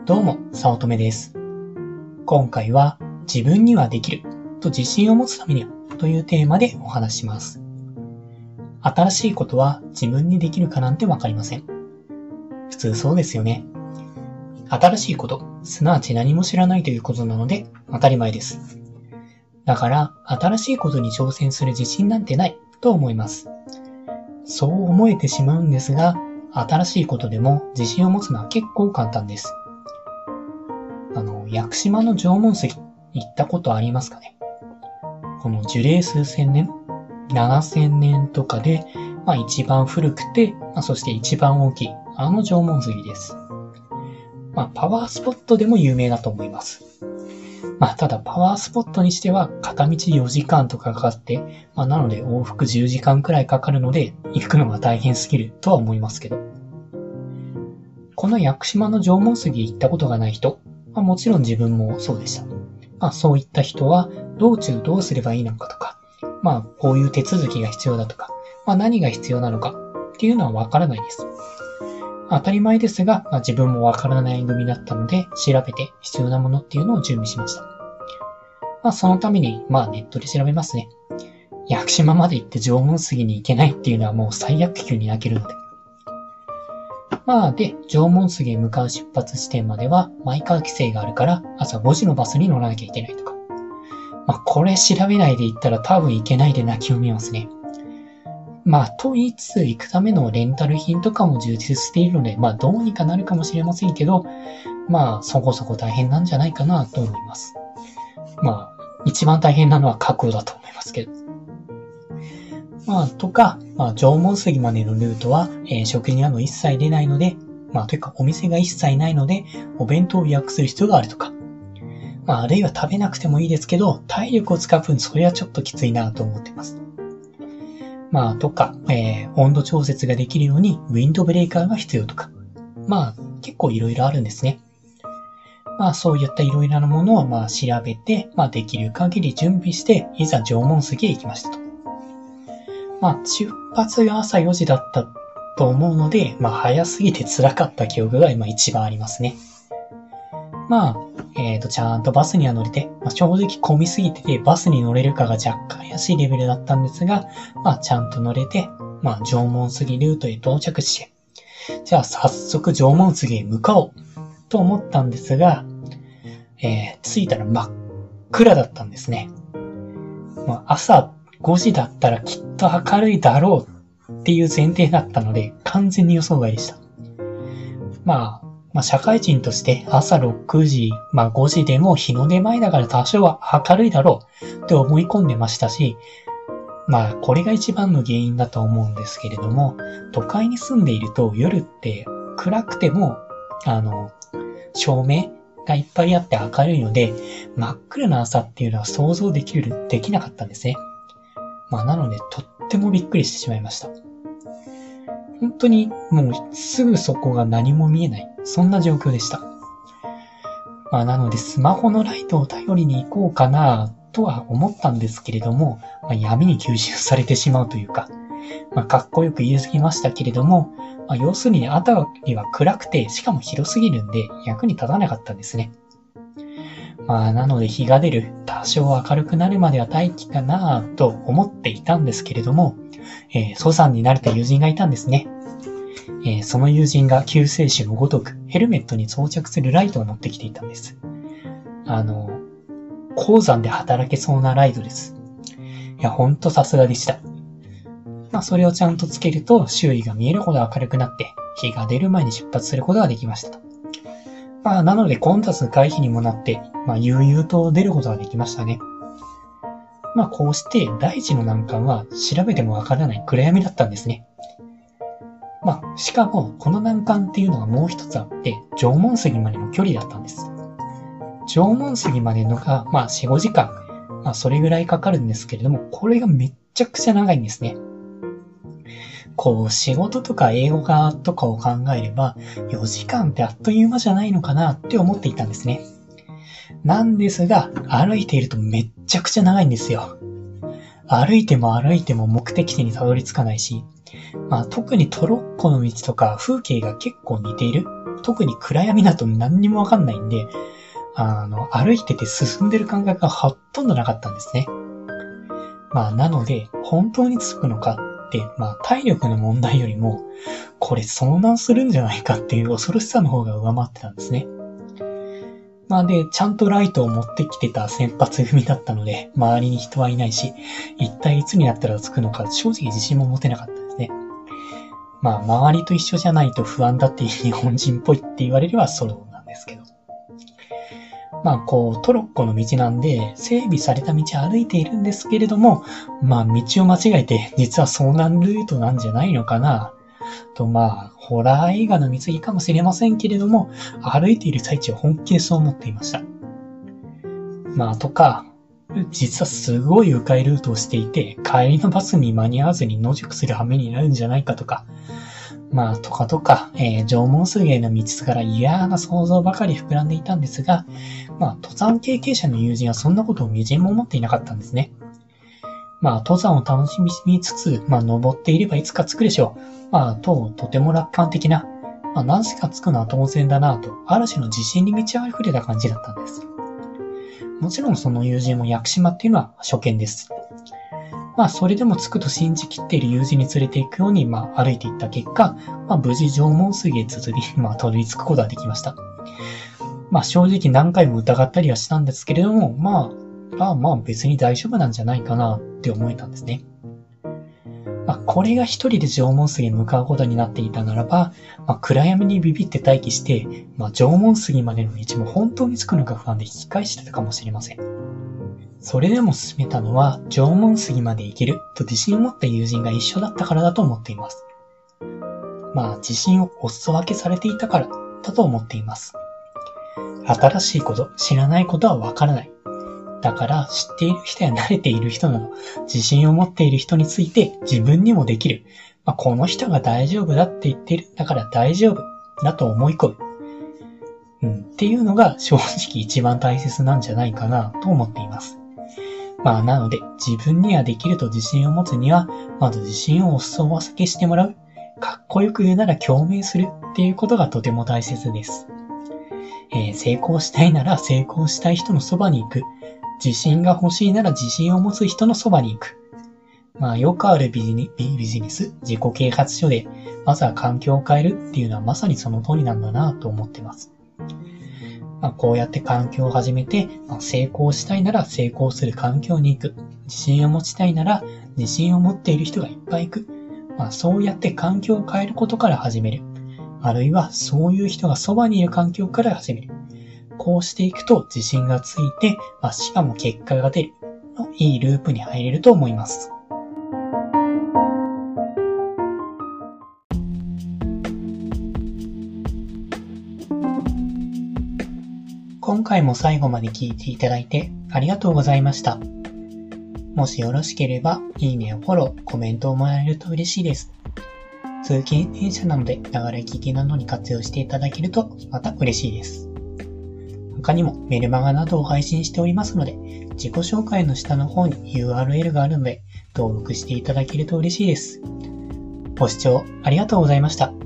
どうも、早乙女です。今回は自分にはできると自信を持つためにはというテーマでお話しします。新しいことは自分にできるかなんてわかりません。普通そうですよね。新しいこと、すなわち何も知らないということなので当たり前です。だから新しいことに挑戦する自信なんてないと思います。そう思えてしまうんですが、新しいことでも自信を持つのは結構簡単です。屋久島の縄文杉行ったことありますかね。この樹齢数千年、7000年とかで、一番古くて、そして一番大きい、縄文杉です。パワースポットでも有名だと思います。ただパワースポットにしては片道4時間とかかかって、なので往復10時間くらいかかるので、行くのが大変すぎるとは思いますけど。この屋久島の縄文杉行ったことがない人、もちろん自分もそうでした。そういった人は道中どうすればいいのかとか、こういう手続きが必要だとか、何が必要なのかっていうのはわからないです。当たり前ですが、自分もわからない組だったので、調べて必要なものっていうのを準備しました。そのために、ネットで調べますね。屋久島まで行って縄文杉に行けないっていうのはもう最悪級に泣けるので。で、縄文杉へ向かう出発地点までは、マイカー規制があるから、朝5時のバスに乗らなきゃいけないとか。これ調べないで行ったら多分行けないで泣きを見ますね。と言いつつ行くためのレンタル品とかも充実しているので、どうにかなるかもしれませんけど、そこそこ大変なんじゃないかなと思います。一番大変なのは覚悟だと思いますけど。縄文杉までのルートは、食事など一切出ないので、というかお店が一切ないので、お弁当を予約する必要があるとか。あるいは食べなくてもいいですけど、体力を使う分それはちょっときついなと思ってます。温度調節ができるようにウィンドブレーカーが必要とか。結構いろいろあるんですね。そういったいろいろなものを調べて、できる限り準備して、いざ縄文杉へ行きましたと。出発が朝4時だったと思うので、早すぎて辛かった記憶が今一番ありますね。ちゃんとバスには乗れて、正直混みすぎててバスに乗れるかが若干怪しいレベルだったんですが、ちゃんと乗れて、縄文杉ルートへ到着して、じゃあ早速縄文杉へ向かおうと思ったんですが、着いたら真っ暗だったんですね。朝5時だったらきっと明るいだろうっていう前提だったので、完全に予想外でした。社会人として朝6時、5時でも日の出前だから多少は明るいだろうって思い込んでましたし、これが一番の原因だと思うんですけれども、都会に住んでいると夜って暗くても、照明がいっぱいあって明るいので、真っ暗な朝っていうのは想像できなかったんですね。なので、とってもびっくりしてしまいました。本当にもうすぐそこが何も見えない。そんな状況でした。なのでスマホのライトを頼りに行こうかなとは思ったんですけれども、闇に吸収されてしまうというか、かっこよく言い過ぎましたけれども、要するに辺りは暗くて、しかも広すぎるんで役に立たなかったんですね。なので日が出る、多少明るくなるまでは待機かなと思っていたんですけれども、登山に慣れた友人がいたんですね。その友人が救世主のごとくヘルメットに装着するライトを持ってきていたんです。鉱山で働けそうなライトです。いや、ほんとさすがでした。それをちゃんとつけると周囲が見えるほど明るくなって、日が出る前に出発することができましたと。なので混雑回避にもなって、悠々と出ることができましたね。こうして第一の難関は調べてもわからない暗闇だったんですね。しかもこの難関っていうのがもう一つあって、縄文杉までの距離だったんです。縄文杉までのが4、5時間、それぐらいかかるんですけれども、これがめっちゃくちゃ長いんですね。仕事とか英語科とかを考えれば、4時間ってあっという間じゃないのかなって思っていたんですね。なんですが、歩いているとめっちゃくちゃ長いんですよ。歩いても歩いても目的地にたどり着かないし、 特にトロッコの道とか風景が結構似ている。特に暗闇だと何にもわかんないんで、歩いてて進んでる感覚がほとんどなかったんですね。なので、本当に着くのかって、体力の問題よりも、これ遭難するんじゃないかっていう恐ろしさの方が上回ってたんですね。で、ちゃんとライトを持ってきてた先発組だったので、周りに人はいないし、一体いつになったら着くのか正直自信も持てなかったですね。周りと一緒じゃないと不安だっていう日本人っぽいって言われればそうなんですけど。トロッコの道なんで、整備された道歩いているんですけれども、道を間違えて、実は遭難ルートなんじゃないのかな、と、ホラー映画の見過ぎかもしれませんけれども、歩いている最中は本気でそう思っていました。とか、実はすごい迂回ルートをしていて、帰りのバスに間に合わずに野宿する羽目になるんじゃないかとか、とか、縄文水源の道から嫌な想像ばかり膨らんでいたんですが、登山経験者の友人はそんなことをみじんも思っていなかったんですね。登山を楽しみつつ、登っていればいつか着くでしょう。とても楽観的な、何しか着くのは当然だなと、ある種の自信に満ち溢れた感じだったんです。もちろんその友人も屋久島っていうのは初見です。それでも着くと信じきっている友人に連れて行くように、歩いていった結果、無事縄文水源続き、たどり着くことができました。正直何回も疑ったりはしたんですけれども、別に大丈夫なんじゃないかなって思えたんですね。これが一人で縄文杉に向かうことになっていたならば、暗闇にビビって待機して、縄文杉までの道も本当に着くのか不安で引き返してたかもしれません。それでも進めたのは、縄文杉まで行けると自信を持った友人が一緒だったからだと思っています。自信をお裾分けされていたからだと思っています。新しいこと、知らないことはわからない。だから知っている人や慣れている人など、自信を持っている人について自分にもできる。この人が大丈夫だって言ってる。だから大丈夫だと思い込む。っていうのが正直一番大切なんじゃないかなと思っています。なので自分にはできると自信を持つには、まず自信をお裾分けしてもらう。かっこよく言うなら共鳴するっていうことがとても大切です。成功したいなら成功したい人のそばに行く。自信が欲しいなら自信を持つ人のそばに行く。よくあるビジネス、自己啓発書で、まずは環境を変えるっていうのはまさにその通りなんだなと思ってます。こうやって環境を始めて、成功したいなら成功する環境に行く。自信を持ちたいなら自信を持っている人がいっぱい行く。そうやって環境を変えることから始める。あるいはそういう人がそばにいる環境から始める。こうしていくと自信がついて、しかも結果が出るのいいループに入れると思います。今回も最後まで聞いていただいてありがとうございました。もしよろしければ、いいねやフォロー、コメントをもらえると嬉しいです。通勤電車なので、ながら聞きなどに活用していただけるとまた嬉しいです。他にもメルマガなどを配信しておりますので、自己紹介の下の方に URL があるので、登録していただけると嬉しいです。ご視聴ありがとうございました。